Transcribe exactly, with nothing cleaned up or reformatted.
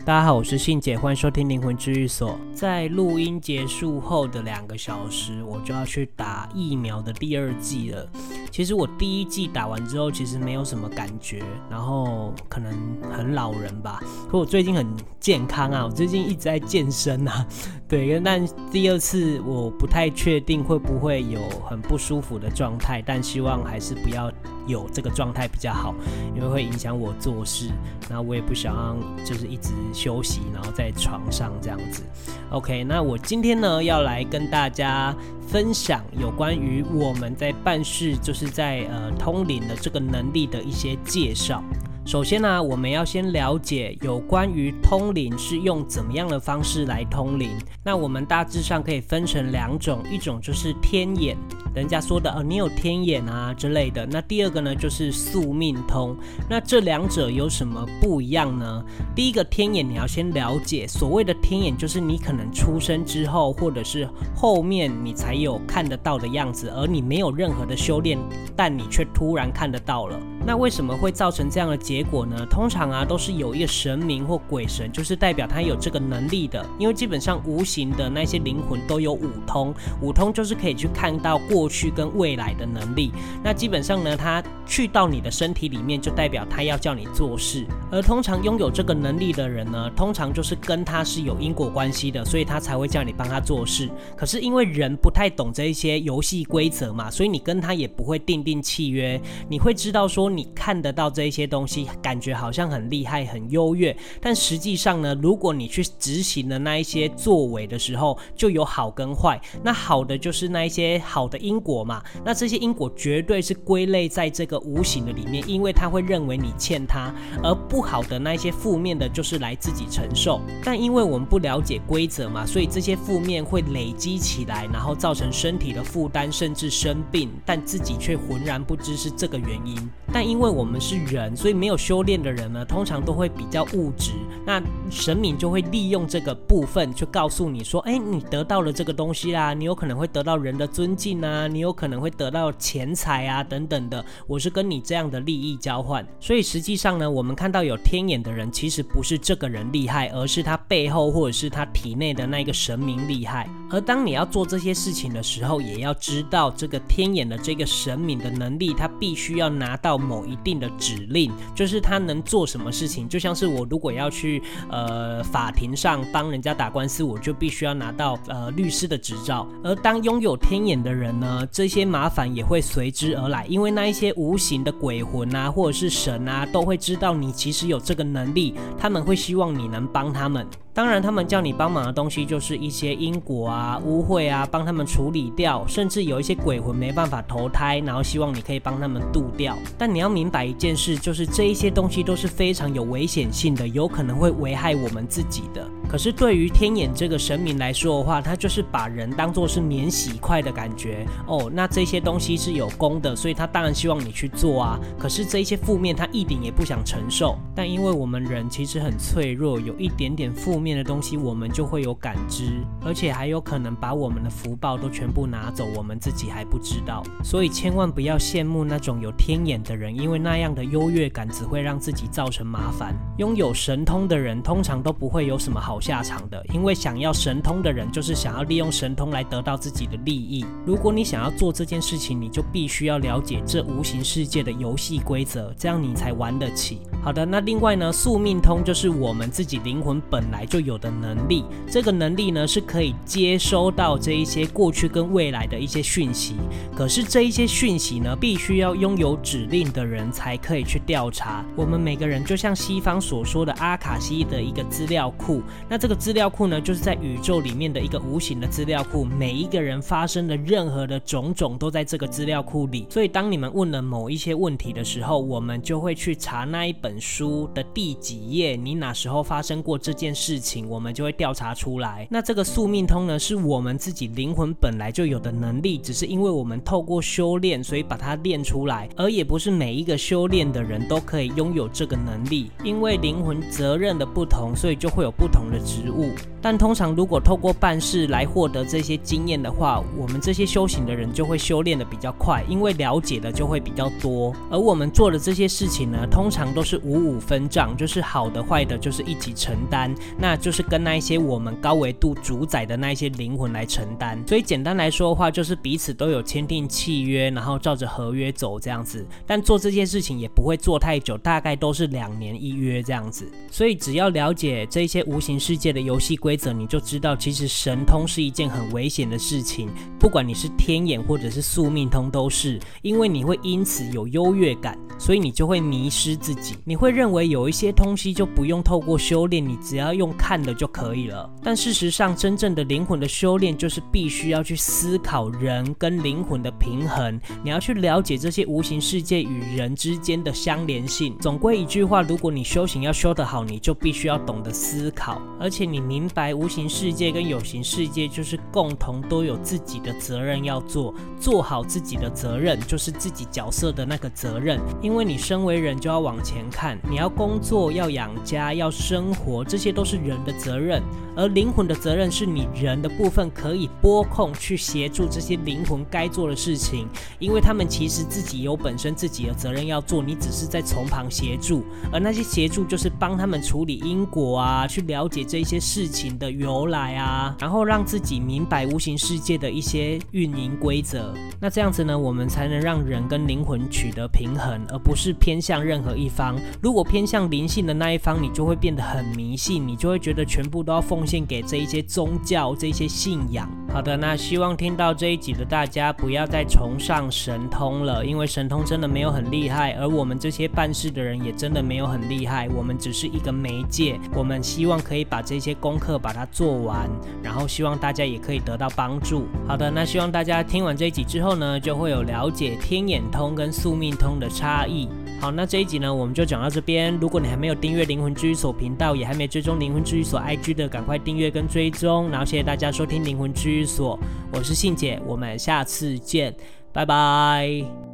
大家好，我是信姐，欢迎收听灵魂治愈所。在录音结束后的两个小时，我就要去打疫苗的第二剂了。其实我第一剂打完之后，其实没有什么感觉，然后可能很老人吧。可我最近很健康啊，我最近一直在健身啊，对。但第二次我不太确定会不会有很不舒服的状态，但希望还是不要有这个状态比较好，因为会影响我做事。那我也不想要就是一直休息，然后在床上这样子。OK， 那我今天呢要来跟大家分享有关于我们在办事，就是在呃通灵的这个能力的一些介绍。首先呢、啊，我们要先了解有关于通灵是用怎么样的方式来通灵。那我们大致上可以分成两种，一种就是天眼，人家说的哦，你有天眼啊之类的。那第二个呢，就是宿命通。那这两者有什么不一样呢？第一个天眼，你要先了解，所谓的天眼就是你可能出生之后，或者是后面你才有看得到的样子，而你没有任何的修炼，但你却突然看得到了。那为什么会造成这样的结果呢？通常啊都是有一个神明或鬼神，就是代表他有这个能力的。因为基本上无形的那些灵魂都有五通，五通就是可以去看到过去跟未来的能力。那基本上呢，他去到你的身体里面，就代表他要叫你做事。而通常拥有这个能力的人呢，通常就是跟他是有因果关系的，所以他才会叫你帮他做事。可是因为人不太懂这一些游戏规则嘛，所以你跟他也不会订定契约。你会知道说你看得到这一些东西，感觉好像很厉害很优越，但实际上呢，如果你去执行的那一些作为的时候，就有好跟坏。那好的就是那一些好的因果嘛，那这些因果绝对是归类在这个无形的里面，因为他会认为你欠他。而不好的那一些负面的就是来自己承受。但因为我们不了解规则嘛，所以这些负面会累积起来，然后造成身体的负担，甚至生病，但自己却浑然不知是这个原因。但因为我们是人，所以没有修炼的人呢，通常都会比较物质。那神明就会利用这个部分，去告诉你说，哎，你得到了这个东西啦，你有可能会得到人的尊敬啊，你有可能会得到钱财啊，等等的。我是跟你这样的利益交换。所以实际上呢，我们看到有天眼的人，其实不是这个人厉害，而是他背后或者是他体内的那个神明厉害。而当你要做这些事情的时候，也要知道这个天眼的这个神明的能力，他必须要拿到某一定的指令，就是他能做什么事情。就像是我如果要去呃法庭上帮人家打官司，我就必须要拿到呃律师的执照。而当拥有天眼的人呢，这些麻烦也会随之而来，因为那一些无形的鬼魂啊，或者是神啊，都会知道你其实有这个能力，他们会希望你能帮他们。当然他们叫你帮忙的东西就是一些因果啊、污秽啊，帮他们处理掉，甚至有一些鬼魂没办法投胎，然后希望你可以帮他们度掉。但你要明白一件事，就是这一些东西都是非常有危险性的，有可能会危害我们自己的。可是对于天眼这个神明来说的话，他就是把人当作是免洗块的感觉哦。那这些东西是有功的，所以他当然希望你去做啊。可是这一些负面他一点也不想承受。但因为我们人其实很脆弱，有一点点负面的东西我们就会有感知，而且还有可能把我们的福报都全部拿走，我们自己还不知道。所以千万不要羡慕那种有天眼的人，因为那样的优越感只会让自己造成麻烦。拥有神通的人通常都不会有什么好下场的，因为想要神通的人就是想要利用神通来得到自己的利益。如果你想要做这件事情，你就必须要了解这无形世界的游戏规则，这样你才玩得起。好的，那另外呢，宿命通就是我们自己灵魂本来就有的能力。这个能力呢是可以接收到这一些过去跟未来的一些讯息，可是这一些讯息呢必须要拥有指令的人才可以去调查。我们每个人就像西方所说的阿卡西的一个资料库，那这个资料库呢就是在宇宙里面的一个无形的资料库，每一个人发生的任何的种种都在这个资料库里。所以当你们问了某一些问题的时候，我们就会去查那一本书的第几页，你哪时候发生过这件事情，我们就会调查出来。那这个宿命通呢是我们自己灵魂本来就有的能力，只是因为我们透过修炼所以把它练出来，而也不是每一个修炼的人都可以拥有这个能力。因为灵魂责任的不同，所以就会有不同的职务。 但通常如果透过办事来获得这些经验的话，我们这些修行的人就会修炼的比较快，因为了解的就会比较多。而我们做的这些事情呢，通常都是五五分账，就是好的坏的就是一起承担，那就是跟那一些我们高维度主宰的那一些灵魂来承担。所以简单来说的话，就是彼此都有签订契约，然后照着合约走这样子。但做这件事情也不会做太久，大概都是两年一约这样子。所以只要了解这些无形世界的游戏规则，你就知道其实神通是一件很危险的事情，不管你是天眼或者是宿命通都是，因为你会因此有优越感，所以你就会迷失自己，你会认为有一些东西就不用透过修炼，你只要用看的就可以了。但事实上真正的灵魂的修炼就是必须要去思考人跟灵魂的平衡，你要去了解这些无形世界与人之间的相连性。总归一句话，如果你修行要修得好，你就必须要懂得思考，而且你明白无形世界跟有形世界就是共同都有自己的责任要做，做好自己的责任就是自己角色的那个责任。因为你身为人就要往前看，你要工作，要养家，要生活，这些都是人的责任。而灵魂的责任是你人的部分可以拨空去协助这些灵魂该做的事情，因为他们其实自己有本身自己的责任要做，你只是在从旁协助。而那些协助就是帮他们处理因果啊，去了解这些事情的由来啊，然后让自己明白无形世界的一些运营规则。那这样子呢，我们才能让人跟灵魂取得平衡，而不是偏向任何一方。如果偏向灵性的那一方，你就会变得很迷信，你就会觉得全部都要奉献给这一些宗教，这一些信仰。好的，那希望听到这一集的大家不要再崇尚神通了，因为神通真的没有很厉害，而我们这些办事的人也真的没有很厉害，我们只是一个媒介，我们希望可以把这些功课把它做完，然后希望大家也可以得到帮助。好的，那希望大家听完这一集之后呢，就会有了解天眼通跟宿命通的差异。好，那这一集呢，我们就讲到这边。如果你还没有订阅灵魂治愈所频道，也还没追踪灵魂治愈所 I G 的，赶快订阅跟追踪。然后谢谢大家收听灵魂治愈所，我是信姐，我们下次见，拜拜。